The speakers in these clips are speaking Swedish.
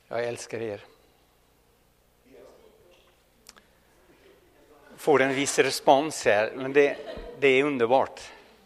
Jag älskar er. Får en viss respons här, men det är underbart.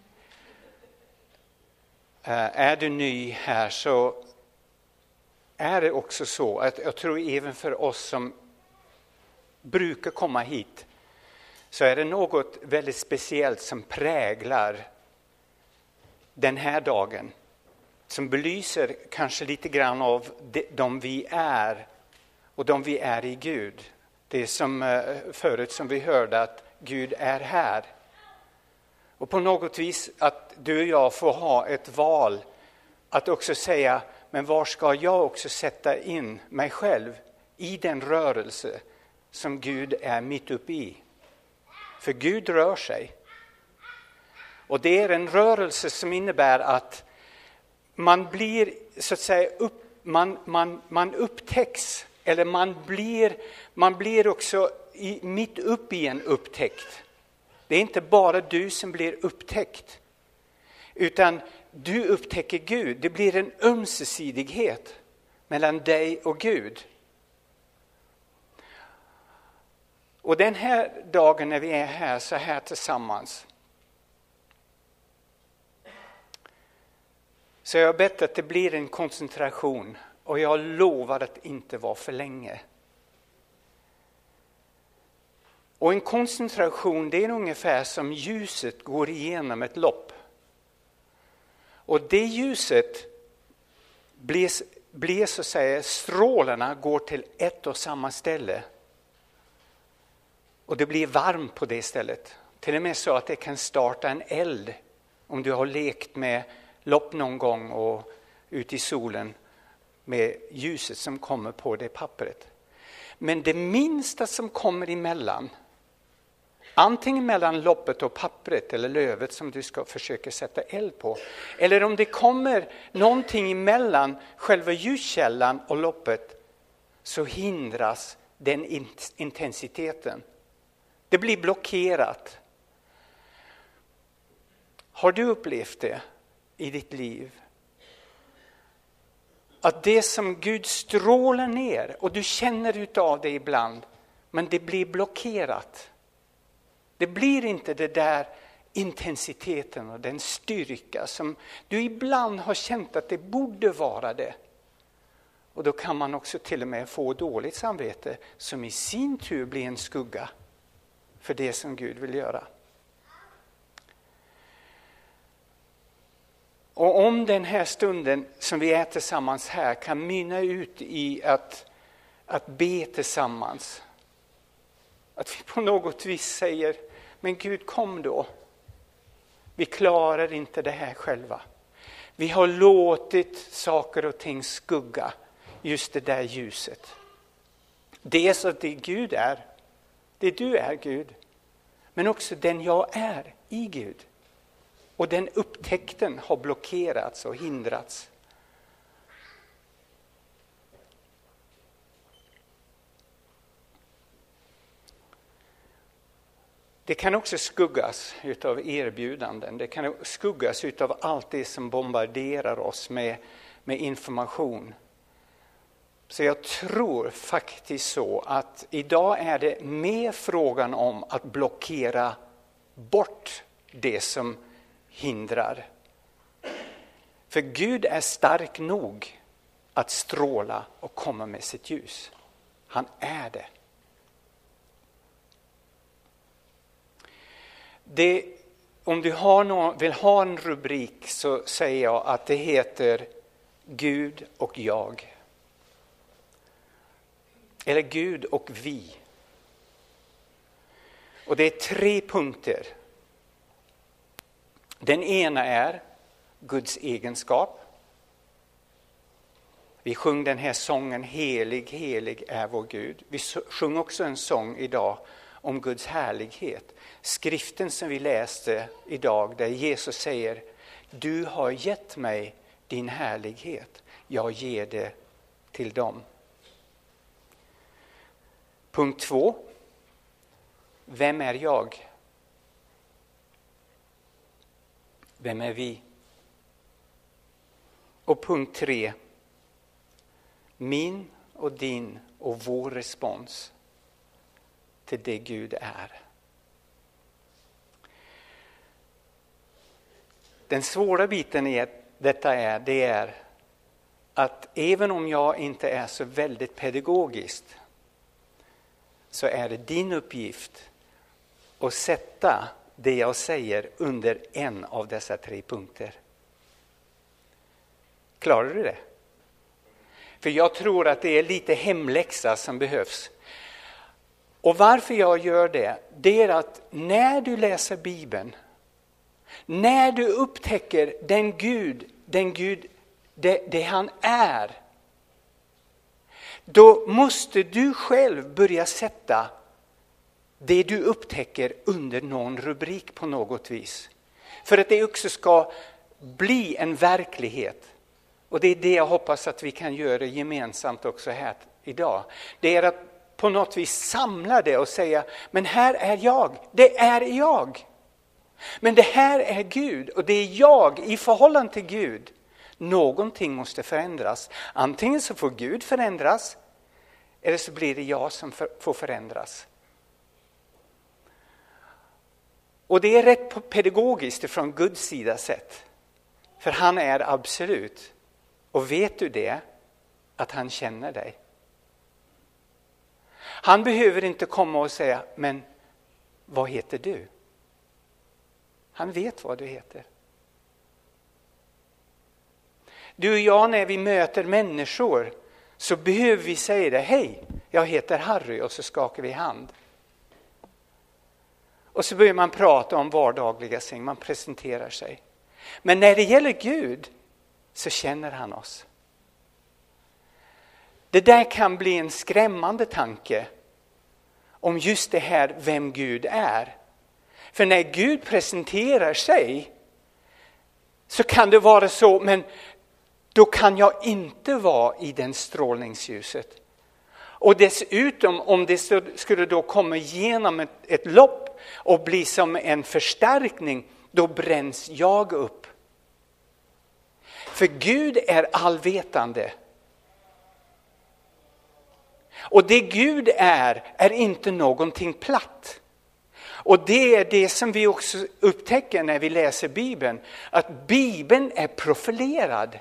Är du ny här så är det också så att jag tror även för oss som brukar komma hit så är det något väldigt speciellt som präglar den här dagen. Som belyser kanske lite grann av de vi är och de vi är i Gud. Det är som förut som vi hörde att Gud är här. Och på något vis att du och jag får ha ett val att också säga, men var ska jag också sätta in mig själv i den rörelse som Gud är mitt uppe i. För Gud rör sig. Och det är en rörelse som innebär att man blir så att säga man upptäcks, eller man blir också mitt uppe i en upptäckt. Det är inte bara du som blir upptäckt, utan du upptäcker Gud. Det blir en ömsesidighet mellan dig och Gud. Och den här dagen när vi är här så här tillsammans, så jag har bett att det blir en koncentration, och jag lovar att inte vara för länge. Och en koncentration, det är ungefär som ljuset går igenom ett lopp. Och det ljuset blir så att säga, strålarna går till ett och samma ställe. Och det blir varmt på det stället. Till och med så att det kan starta en eld. Om du har lekt med lopp någon gång och ut i solen med ljuset som kommer på det pappret. Men det minsta som kommer emellan, antingen mellan loppet och pappret eller lövet som du ska försöka sätta eld på, eller om det kommer någonting emellan själva ljuskällan och loppet, så hindras den intensiteten. Det blir blockerat. Har du upplevt det i ditt liv? Att det som Gud strålar ner, och du känner utav det ibland, men det blir blockerat. Det blir inte det där intensiteten och den styrka som du ibland har känt att det borde vara det. Och då kan man också till och med få dåligt samvete som i sin tur blir en skugga för det som Gud vill göra. Och om den här stunden som vi är tillsammans här kan mynna ut i att be tillsammans. Att vi på något vis säger, men Gud, kom då. Vi klarar inte det här själva. Vi har låtit saker och ting skugga just det där ljuset. Det är så att det Gud är. Det du är Gud. Men också den jag är i Gud. Och den upptäckten har blockerats och hindrats. Det kan också skuggas utav erbjudanden. Det kan skuggas utav allt det som bombarderar oss med information. Så jag tror faktiskt så att idag är det mer frågan om att blockera bort det som hindrar. För Gud är stark nog att stråla och komma med sitt ljus. Han är det. Om du vill ha en rubrik så säger jag att det heter Gud och jag. Eller Gud och vi. Och det är 3 punkter. Den ena är Guds egenskap. Vi sjöng den här sången Helig, helig är vår Gud. Vi sjöng också en sång idag om Guds härlighet. Skriften som vi läste idag där Jesus säger, du har gett mig din härlighet. Jag ger det till dem. Punkt 2. Vem är jag? Vem är vi? Och punkt 3. Min och din och vår respons till det Gud är. Den svåra biten i detta är att även om jag inte är så väldigt pedagogisk, så är det din uppgift att sätta det jag säger under en av dessa 3 punkter. Klarar du det? För jag tror att det är lite hemläxa som behövs. Och varför jag gör det är att när du läser Bibeln, när du upptäcker den Gud, det han är, då måste du själv börja sätta det du upptäcker under någon rubrik på något vis. För att det också ska bli en verklighet. Och det är det jag hoppas att vi kan göra gemensamt också här idag. Det är att på något vis samla det och säga, men här är jag, det är jag. Men det här är Gud och det är jag i förhållande till Gud. Någonting måste förändras. Antingen så får Gud förändras eller så blir det jag som får förändras. Och det är rätt pedagogiskt från Guds sida sett. För han är absolut. Och vet du det? Att han känner dig. Han behöver inte komma och säga, men vad heter du? Han vet vad du heter. Du och jag, när vi möter människor så behöver vi säga det. Hej, jag heter Harry, och så skakar vi hand. Och så börjar man prata om vardagliga ting, man presenterar sig. Men när det gäller Gud så känner han oss. Det där kan bli en skrämmande tanke om just det här, vem Gud är. För när Gud presenterar sig så kan det vara så, men då kan jag inte vara i den strålningsljuset. Och dessutom, om det skulle då komma igenom ett lopp och bli som en förstärkning, då bränns jag upp. För Gud är allvetande. Och det Gud är inte någonting platt. Och det är det som vi också upptäcker när vi läser Bibeln. Att Bibeln är profilerad.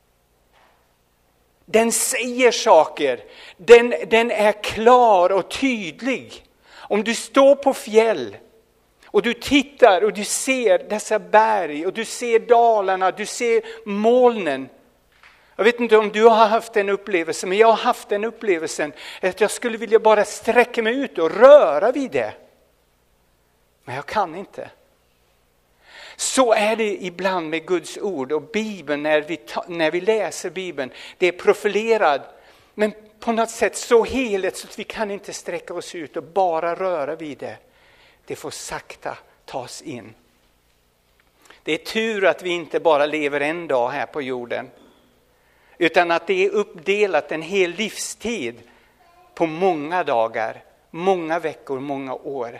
Den säger saker. Den är klar och tydlig. Om du står på fjäll och du tittar och du ser dessa berg och du ser dalarna, du ser molnen. Jag vet inte om du har haft en upplevelse, men jag har haft den upplevelsen att jag skulle vilja bara sträcka mig ut och röra vid det. Men jag kan inte. Så är det ibland med Guds ord och Bibeln när vi läser Bibeln. Det är profilerad, men på något sätt så heligt så att vi kan inte sträcka oss ut och bara röra vid det. Det får sakta tas in. Det är tur att vi inte bara lever en dag här på jorden. Utan att det är uppdelat en hel livstid på många dagar, många veckor, många år.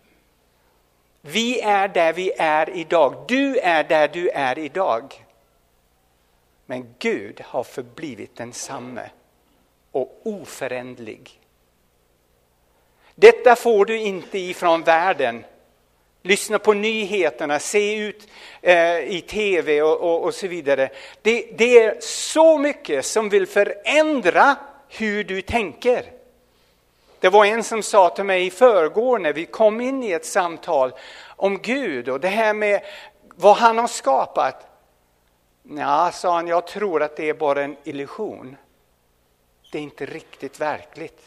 Vi är där vi är idag. Du är där du är idag. Men Gud har förblivit densamme och oförändlig. Detta får du inte ifrån världen. Lyssna på nyheterna, se ut i tv och så vidare. Det är så mycket som vill förändra hur du tänker. Det var en som sa till mig i förrgår när vi kom in i ett samtal om Gud och det här med vad han har skapat. Ja, sa han, jag tror att det är bara en illusion. Det är inte riktigt verkligt.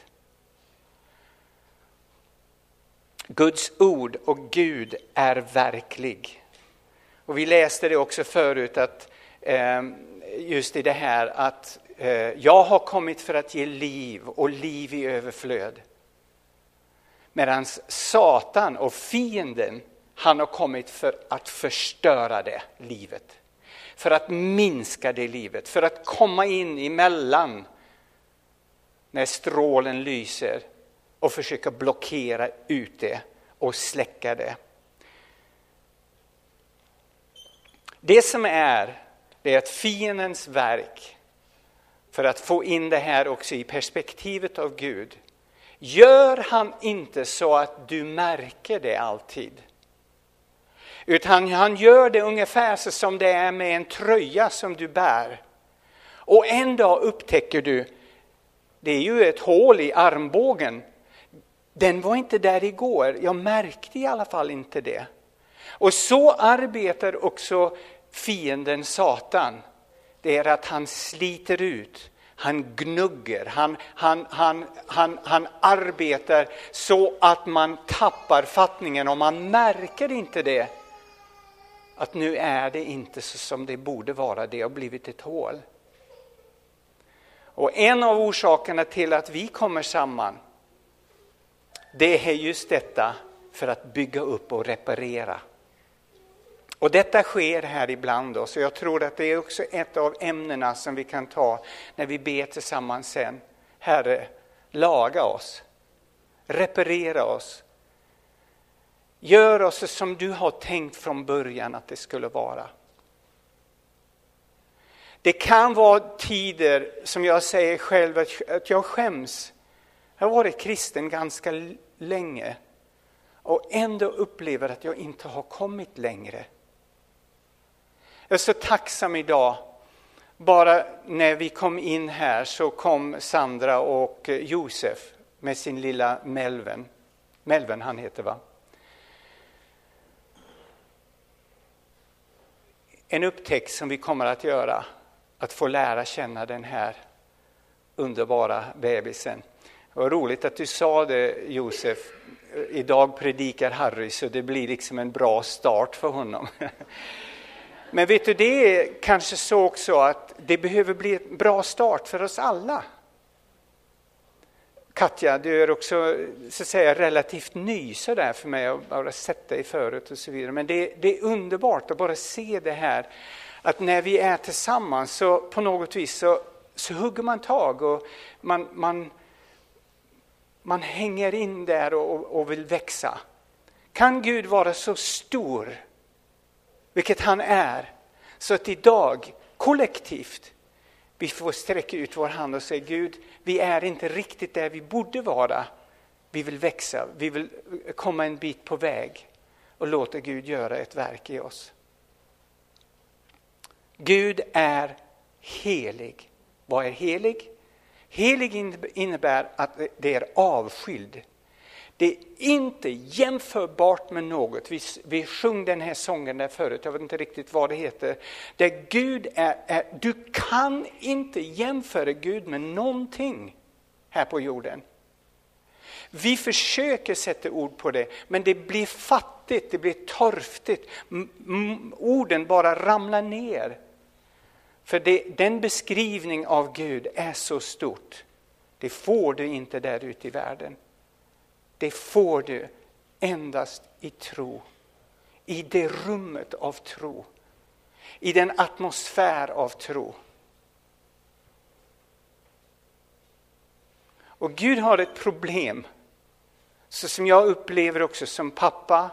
Guds ord och Gud är verklig. Och vi läste det också förut att just i det här att jag har kommit för att ge liv och liv i överflöd. Medan Satan och fienden, han har kommit för att förstöra det livet. För att minska det livet. För att komma in emellan när strålen lyser. Och försöka blockera ut det och släcka det. Det som är, det är att fiendens verk för att få in det här också i perspektivet av Gud. Gör han inte så att du märker det alltid. Utan han gör det ungefär så som det är med en tröja som du bär. Och en dag upptäcker du, det är ju ett hål i armbågen. Den var inte där igår, jag märkte i alla fall inte det. Och så arbetar också fienden Satan. Det är att han sliter ut, han gnugger, han arbetar så att man tappar fattningen och man märker inte det. Att nu är det inte så som det borde vara, det har blivit ett hål. Och en av orsakerna till att vi kommer samman, det är just detta för att bygga upp och reparera. Och detta sker här ibland oss. Och jag tror att det är också ett av ämnena som vi kan ta när vi ber tillsammans sen. Herre, laga oss. Reparera oss. Gör oss som du har tänkt från början att det skulle vara. Det kan vara tider som jag säger själv att jag skäms. Jag har varit kristen ganska länge. Och ändå upplever att jag inte har kommit längre. Jag är så tacksam idag. Bara när vi kom in här så kom Sandra och Josef med sin lilla Melvin. Melvin han heter, va? En upptäckt som vi kommer att göra. Att få lära känna den här underbara bebisen. Det var roligt att du sa det, Josef. Idag predikar Harry så det blir liksom en bra start för honom. Men vet du, det är kanske så också att det behöver bli en bra start för oss alla. Katja, du är också så att säga relativt ny så där för mig att bara sett dig förut och så vidare. Men det är underbart att bara se det här. Att när vi är tillsammans så på något vis så hugger man tag och man hänger in där och vill växa. Kan Gud vara så stor, vilket han är, så att idag kollektivt vi får sträcka ut vår hand och säga Gud, vi är inte riktigt där vi borde vara. Vi vill växa, vi vill komma en bit på väg och låta Gud göra ett verk i oss. Gud är helig. Vad är helig? Helig innebär att det är avskild. Det är inte jämförbart med något. Vi sjöng den här sången där förut, jag vet inte riktigt vad det heter. Där Gud är, du kan inte jämföra Gud med någonting här på jorden. Vi försöker sätta ord på det, men det blir fattigt, det blir torftigt. Orden bara ramlar ner. För den beskrivning av Gud är så stort. Det får du inte där ute i världen. Det får du endast i tro. I det rummet av tro. I den atmosfär av tro. Och Gud har ett problem. Så som jag upplever också som pappa.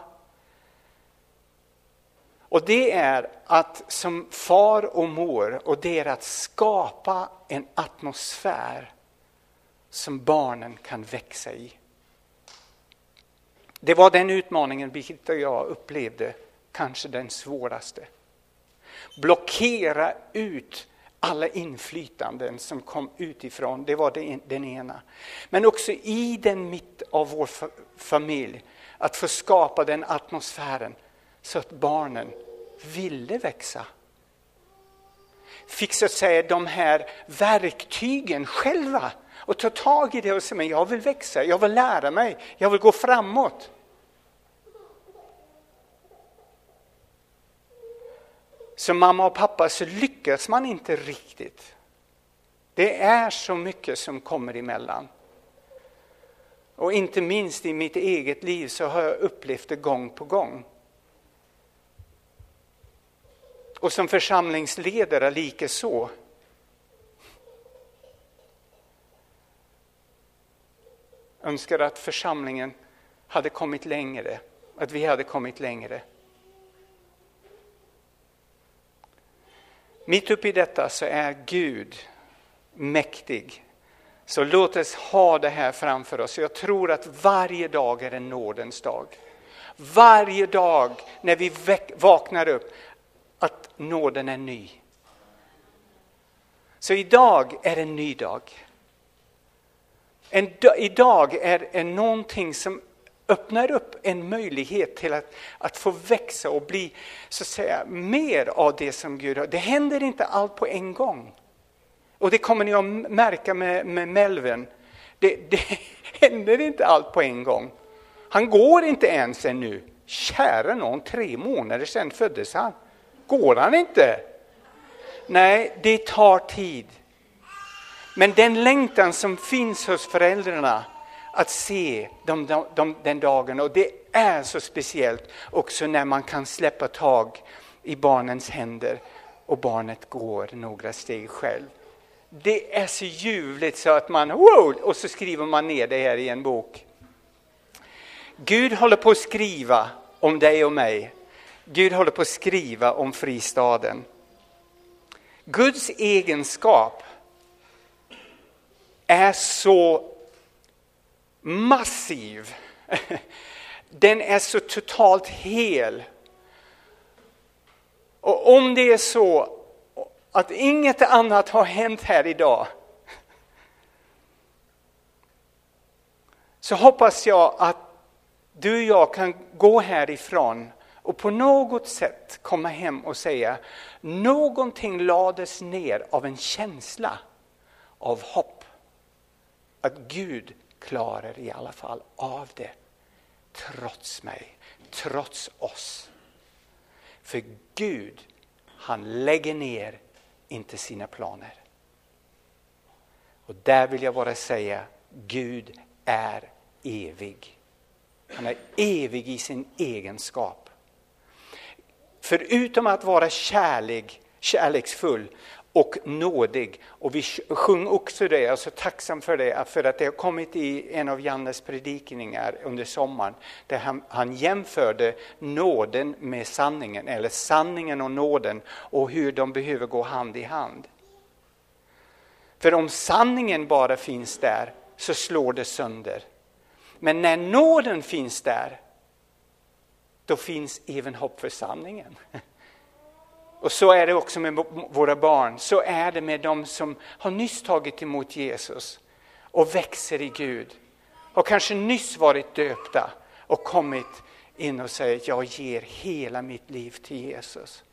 Och det är att som far och mor, och det är att skapa en atmosfär som barnen kan växa i. Det var den utmaningen Birgitta och jag upplevde, kanske den svåraste. Blockera ut alla inflytanden som kom utifrån, det var den ena. Men också i den mitt av vår familj, att få skapa den atmosfären så att barnen ville växa. Fick så att säga de här verktygen själva och ta tag i det och säga, men jag vill växa, jag vill lära mig, jag vill gå framåt. Som mamma och pappa så lyckas man inte riktigt. Det är så mycket som kommer emellan. Och inte minst i mitt eget liv så har jag upplevt det gång på gång. Och som församlingsledare lika så. Önskar att församlingen hade kommit längre. Att vi hade kommit längre. Mitt uppe i detta så är Gud mäktig. Så låt oss ha det här framför oss. Jag tror att varje dag är en nådens dag. Varje dag när vi vaknar upp, att nåden är ny. Så idag är en ny dag. Idag är någonting som öppnar upp en möjlighet till att få växa och bli, så att säga, mer av det som Gud har. Det händer inte allt på en gång. Och det kommer ni att märka med Melvin. Det händer inte allt på en gång. Han går inte ens ännu. Kära någon, 3 månader sedan föddes han. Går han inte? Nej, det tar tid. Men den längtan som finns hos föräldrarna att se den dagen, och det är så speciellt också när man kan släppa tag i barnens händer och barnet går några steg själv. Det är så ljuvligt så att man, wow, och så skriver man ner det här i en bok. Gud håller på att skriva om dig och mig. Gud håller på att skriva om fristaden. Guds egenskap är så massiv. Den är så totalt hel. Och om det är så att inget annat har hänt här idag, så hoppas jag att du och jag kan gå härifrån och på något sätt komma hem och säga: någonting lades ner av en känsla av hopp. Att Gud klarar i alla fall av det. Trots mig, trots oss. För Gud, han lägger ner inte sina planer. Och där vill jag bara säga: Gud är evig. Han är evig i sin egenskap. Förutom att vara kärleksfull och nådig. Och vi sjöng också det, jag är så tacksam för det. För att det har kommit i en av Jannes predikningar under sommaren. Där han jämförde nåden med sanningen. Eller sanningen och nåden. Och hur de behöver gå hand i hand. För om sanningen bara finns där, så slår det sönder. Men när nåden finns där, då finns även hopp för sanningen. Och så är det också med våra barn. Så är det med de som har nyss tagit emot Jesus och växer i Gud. Och kanske nyss varit döpta och kommit in och säger: jag ger hela mitt liv till Jesus.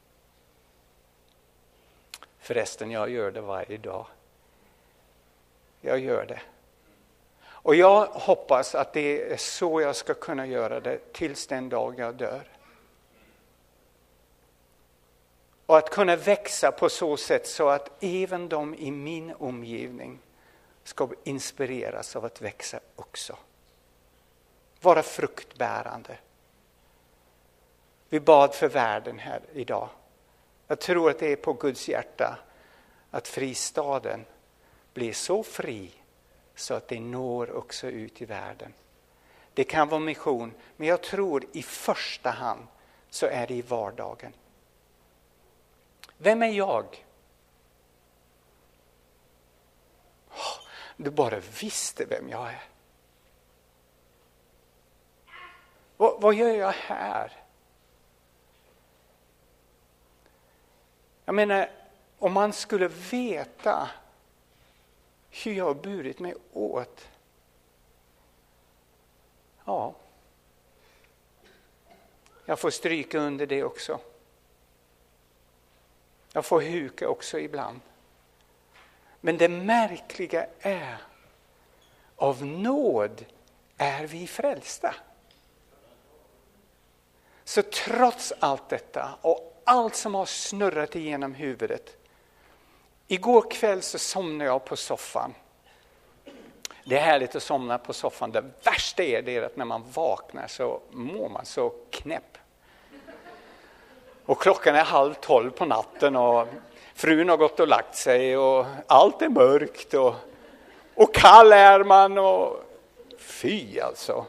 Förresten, jag gör det varje dag. Jag gör det. Och jag hoppas att det är så jag ska kunna göra det tills den dag jag dör. Och att kunna växa på så sätt så att även de i min omgivning ska inspireras av att växa också. Vara fruktbärande. Vi bad för världen här idag. Jag tror att det är på Guds hjärta att fristaden blir så fri så att det når också ut i världen. Det kan vara mission, men jag tror i första hand så är det i vardagen. Vem är jag? Du bara visste vem jag är. Vad gör jag här? Jag menar, om man skulle veta hur jag har burit mig åt. Ja. Jag får stryka under det också. Jag får huka också ibland. Men det märkliga är, av nåd är vi frälsta. Så trots allt detta och allt som har snurrat igenom huvudet. Igår kväll så somnade jag på soffan. Det är härligt att somna på soffan. Det värsta är det att när man vaknar så mår man så knäpp. Och klockan är 23:30 på natten och frun har gått och lagt sig och allt är mörkt och kall är man och fy alltså.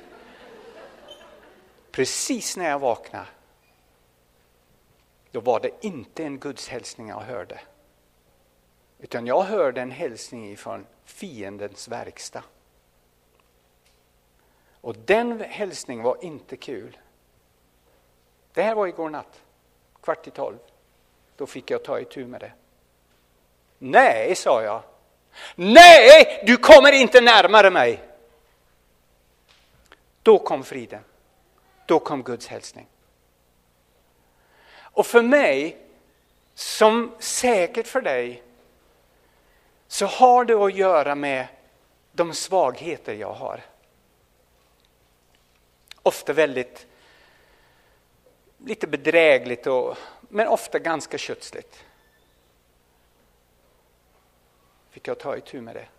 Precis när jag vaknade, då var det inte en Guds hälsning jag hörde. Utan jag hörde en hälsning ifrån fiendens verkstad. Och den hälsningen var inte kul. Det här var igår natt, 11:15. Då fick jag ta itu med det. Nej, sa jag. Nej, du kommer inte närmare mig. Då kom friden. Då kom Guds hälsning. Och för mig, som säkert för dig, så har det att göra med de svagheter jag har. Ofta väldigt lite bedrägligt, men ofta ganska kötsligt. Fick jag ta itu med det.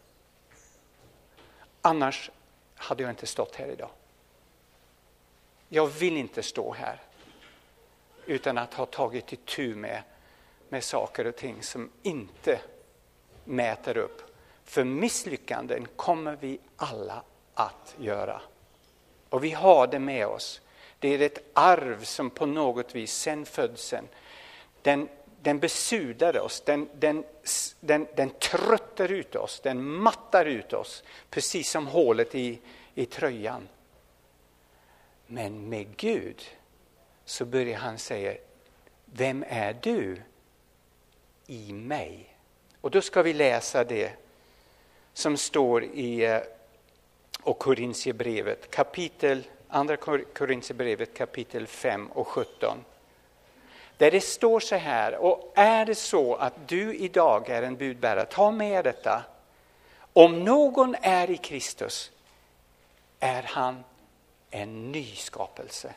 Annars hade jag inte stått här idag. Jag vill inte stå här utan att ha tagit itu med saker och ting som inte mäter upp. För misslyckanden kommer vi alla att göra. Och vi har det med oss. Det är ett arv som på något vis sen födseln, den besudar oss, den tröttar ut oss, den mattar ut oss, precis som hålet i tröjan. Men med Gud så börjar han säga, vem är du i mig? Och då ska vi läsa det som står i Korintierbrevet andra Korintierbrevet kapitel 5 och 17. Där det står så här, och är det så att du idag är en budbärare, ta med detta. Om någon är i Kristus är han en ny skapelse.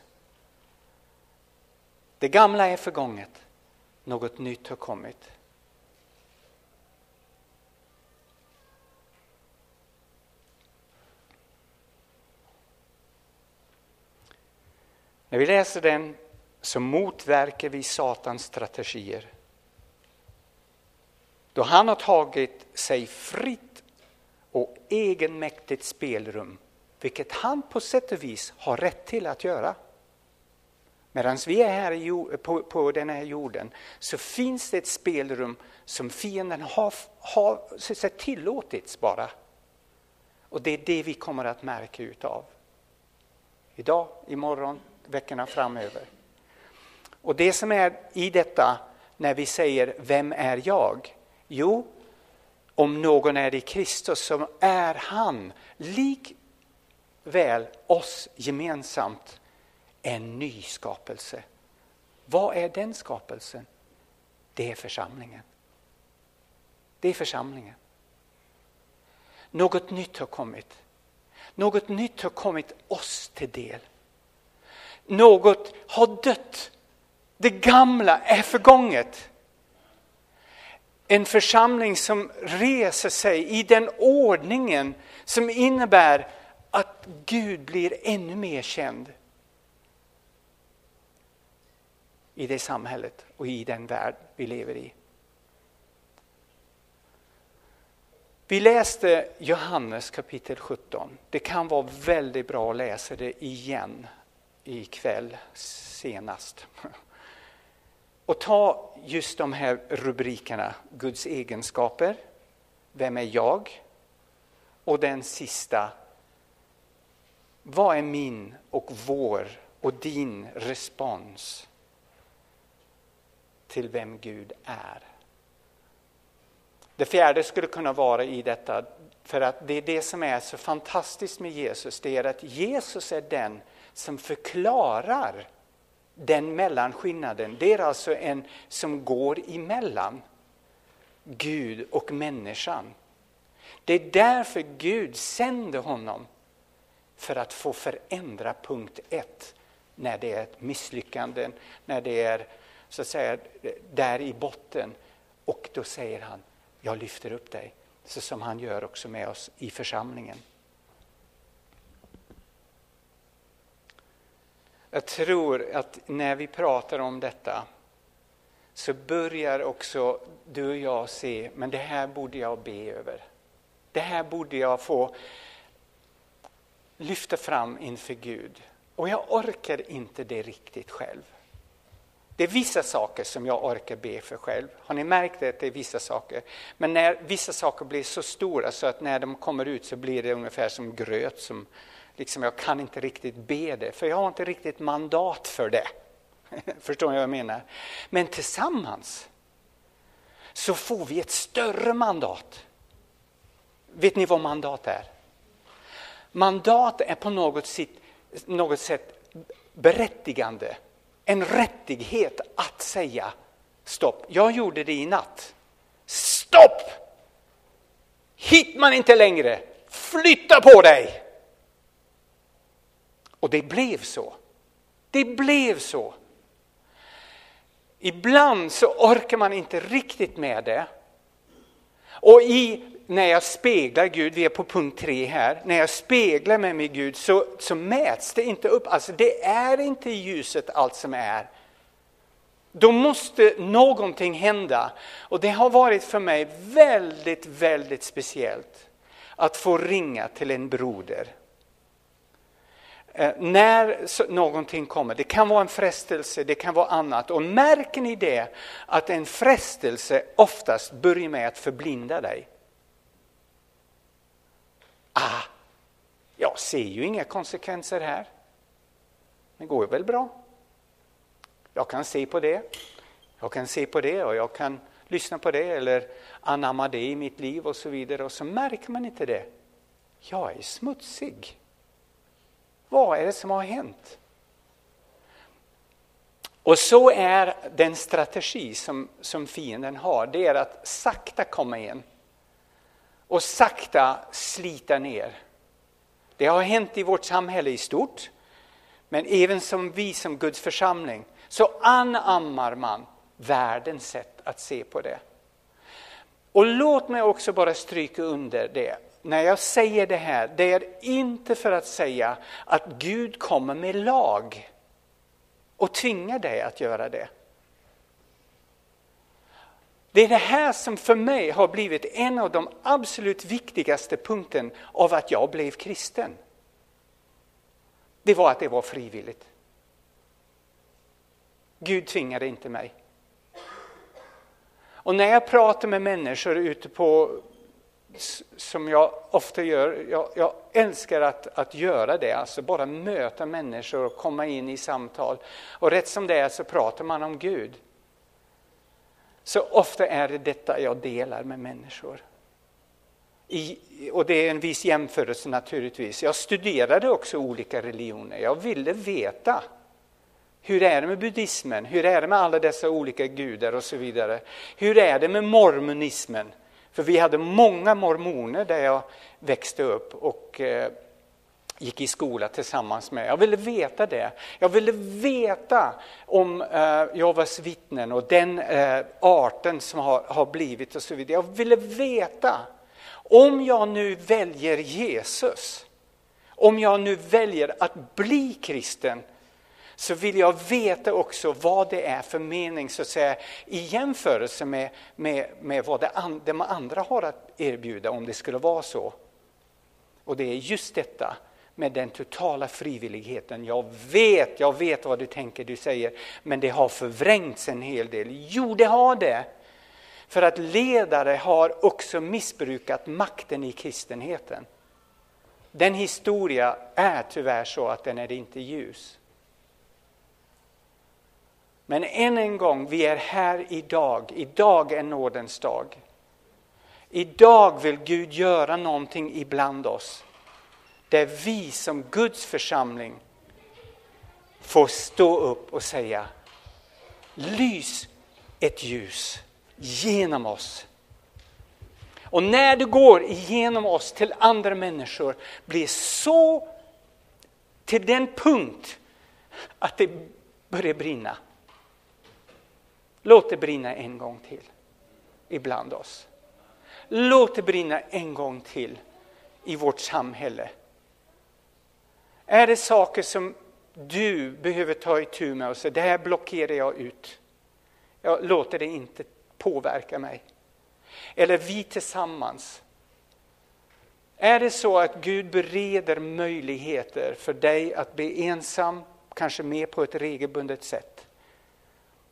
Det gamla är förgånget, något nytt har kommit. När vi läser den så motverkar vi Satans strategier. Då han har tagit sig fritt och egenmäktigt spelrum, vilket han på sätt och vis har rätt till att göra. Medan vi är här på den här jorden så finns det ett spelrum som fienden har tillåtits bara. Och det är det vi kommer att märka utav. Idag, imorgon, veckorna framöver. Och det som är i detta när vi säger, vem är jag? Jo, om någon är i Kristus så är han likväl oss gemensamt en ny skapelse. Vad är den skapelsen? Det är församlingen. Det är församlingen. Något nytt har kommit. Något nytt har kommit oss till del. Något har dött. Det gamla är förgånget. En församling som reser sig i den ordningen som innebär att Gud blir ännu mer känd i det samhället och i den värld vi lever i. Vi läste Johannes kapitel 17. Det kan vara väldigt bra att läsa det igen ikväll senast. Och ta just de här rubrikerna, Guds egenskaper, vem är jag? Och den sista, vad är min och vår och din respons till vem Gud är? Det fjärde skulle kunna vara i detta, för att det är det som är så fantastiskt med Jesus, det är att Jesus är den som förklarar den mellanskillnaden. Det är alltså en som går emellan Gud och människan. Det är därför Gud sände honom, för att få förändra punkt 1 när det är ett misslyckande, när det är så att säga där i botten. Och då säger han, jag lyfter upp dig, så som han gör också med oss i församlingen. Jag tror att när vi pratar om detta så börjar också du och jag se, men det här borde jag be över. Det här borde jag få lyfta fram inför Gud. Och jag orkar inte det riktigt själv. Det är vissa saker som jag orkar be för själv. Har ni märkt det? Det är vissa saker. Men när vissa saker blir så stora så att när de kommer ut så blir det ungefär som gröt. Som liksom jag kan inte riktigt be det. För jag har inte riktigt mandat för det. Förstår ni vad jag menar? Men tillsammans så får vi ett större mandat. Vet ni vad mandat är? Mandat är på något sätt berättigande. En rättighet att säga stopp. Jag gjorde det i natt. Stopp! Hit man inte längre. Flytta på dig! Och det blev så. Det blev så. Ibland så orkar man inte riktigt med det. Och när jag speglar Gud, vi är på punkt 3 här. När jag speglar mig med Gud så mäts det inte upp. Alltså det är inte i ljuset allt som är. Då måste någonting hända. Och det har varit för mig väldigt, väldigt speciellt att få ringa till en broder. När någonting kommer, det kan vara en frestelse, det kan vara annat. Och märker ni det, att en frestelse oftast börjar med att förblinda dig. Jag ser ju inga konsekvenser här. Det går väl bra. Jag kan se på det. Jag kan se på det och jag kan lyssna på det eller anamma det i mitt liv och så vidare. Och så märker man inte det. Jag är smutsig. Vad är det som har hänt? Och så är den strategi som fienden har. Det är att sakta komma in. Och sakta slita ner. Det har hänt i vårt samhälle i stort. Men även som vi som Guds församling. Så anammar man världens sätt att se på det. Och låt mig också bara stryka under det. När jag säger det här, det är inte för att säga att Gud kommer med lag och tvingar dig att göra det. Det är det här som för mig har blivit en av de absolut viktigaste punkten av att jag blev kristen. Det var att det var frivilligt. Gud tvingade inte mig. Och när jag pratar med människor ute på, som jag ofta gör, jag älskar att göra det, alltså bara möta människor och komma in i samtal. Och rätt som det är så pratar man om Gud. Så ofta är det detta jag delar med människor. Och det är en viss jämförelse naturligtvis. Jag studerade också olika religioner. Jag ville veta. Hur är det med buddhismen? Hur är det med alla dessa olika gudar och så vidare? Hur är det med mormonismen? För vi hade många mormoner där jag växte upp och gick i skola tillsammans med. Jag ville veta det. Jag ville veta om Jehovas vittnen och den arten som har blivit och så vidare. Jag ville veta om jag nu väljer Jesus. Om jag nu väljer att bli kristen. Så vill jag veta också vad det är för mening så att säga, i jämförelse med vad de andra har att erbjuda om det skulle vara så. Och det är just detta med den totala frivilligheten. Jag vet vad du tänker, du säger, men det har förvrängts en hel del. Jo, det har det. För att ledare har också missbrukat makten i kristenheten. Den historia är tyvärr så att den är inte ljus. Men än en gång, vi är här idag. Idag är nådens dag. Idag vill Gud göra någonting ibland oss. Där vi som Guds församling får stå upp och säga: lys ett ljus genom oss. Och när du går igenom oss till andra människor blir så till den punkt att det börjar brinna. Låt det brinna en gång till ibland oss. Låt det brinna en gång till i vårt samhälle. Är det saker som du behöver ta itu med och säga: det här blockerar jag ut. Jag låter det inte påverka mig. Eller vi tillsammans. Är det så att Gud bereder möjligheter för dig att bli ensam, kanske mer på ett regelbundet sätt?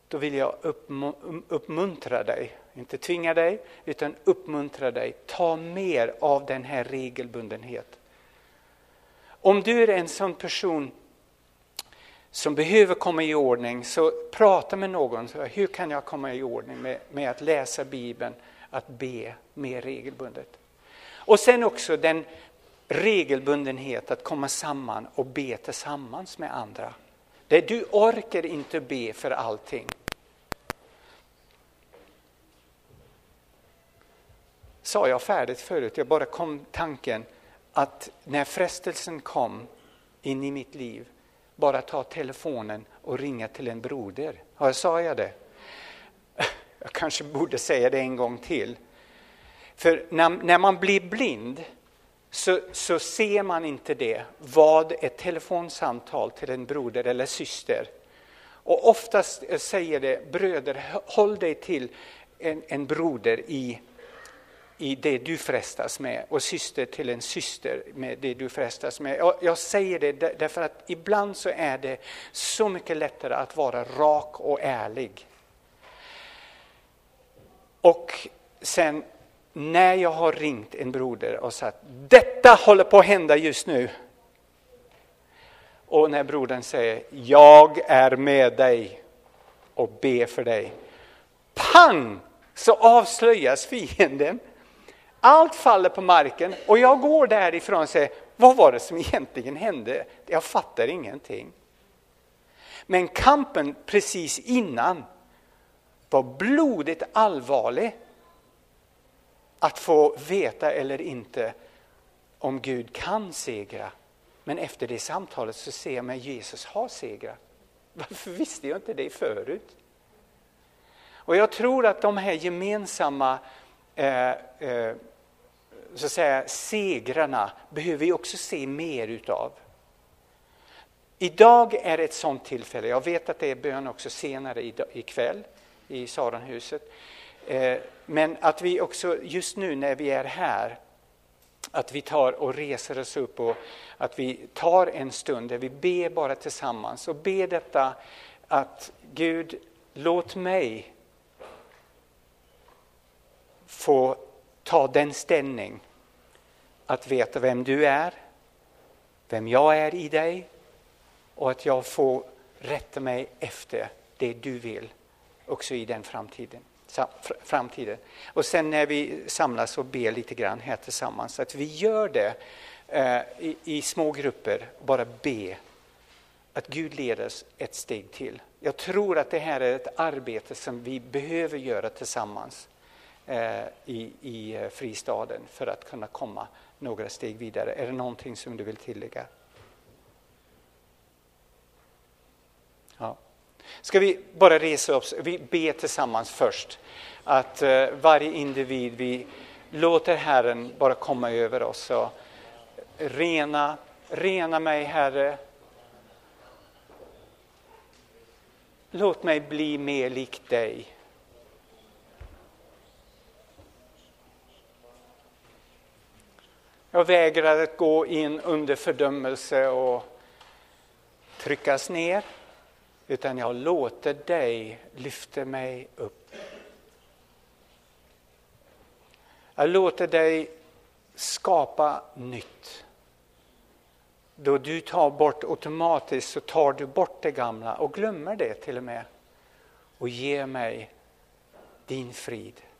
då vill jag uppmuntra dig. Inte tvinga dig, utan uppmuntra dig. Ta mer av den här regelbundenhet. Om du är en sån person som behöver komma i ordning, så prata med någon. Så hur kan jag komma i ordning med att läsa Bibeln, att be mer regelbundet? Och sen också den regelbundenhet att komma samman och be tillsammans med andra. Du orkar inte be för allting. Sa jag färdigt förut? Jag bara kom tanken att när frestelsen kom in i mitt liv, bara ta telefonen och ringa till en broder. Sa jag det? Jag kanske borde säga det en gång till. För när man blir blind så ser man inte det. Vad ett telefonsamtal till en broder eller syster. Och oftast säger det, bröder, håll dig till en broder i det du frestas med, och syster till en syster med det du frestas med. Jag säger det därför att ibland så är det så mycket lättare att vara rak och ärlig. Och sen när jag har ringt en broder och sagt, detta håller på att hända just nu. Och när brodern säger, jag är med dig och ber för dig. Pang! Så avslöjas fienden. Allt faller på marken och jag går därifrån och säger, vad var det som egentligen hände? Jag fattar ingenting. Men kampen precis innan var blodigt allvarlig. Att få veta eller inte om Gud kan segra. Men efter det samtalet så ser jag att Jesus har segrat. Varför visste jag inte det förut? Och jag tror att de här gemensamma så att säga, segrarna behöver vi också se mer utav. Idag är ett sånt tillfälle. Jag vet att det är bön också senare ikväll i Saronhuset. Men att vi också just nu när vi är här, att vi tar och reser oss upp och att vi tar en stund där vi ber bara tillsammans och ber detta att Gud, låt mig få ta den ställning att veta vem du är, vem jag är i dig, och att jag får rätta mig efter det du vill också i den framtiden. Och sen när vi samlas och ber lite grann här tillsammans, att vi gör det i små grupper, bara be att Gud leder oss ett steg till. Jag tror att det här är ett arbete som vi behöver göra tillsammans i fristaden för att kunna komma några steg vidare. Är det någonting som du vill tillägga? Ja. Ska vi bara resa upp, vi ber tillsammans först. Att varje individ, vi låter Herren bara komma över oss. Och rena mig, Herre. Låt mig bli mer lik dig. Jag vägrar att gå in under fördömelse och tryckas ner. Utan jag låter dig lyfta mig upp. Jag låter dig skapa nytt. Då du tar bort automatiskt så tar du bort det gamla och glömmer det till och med. Och ger mig din frid.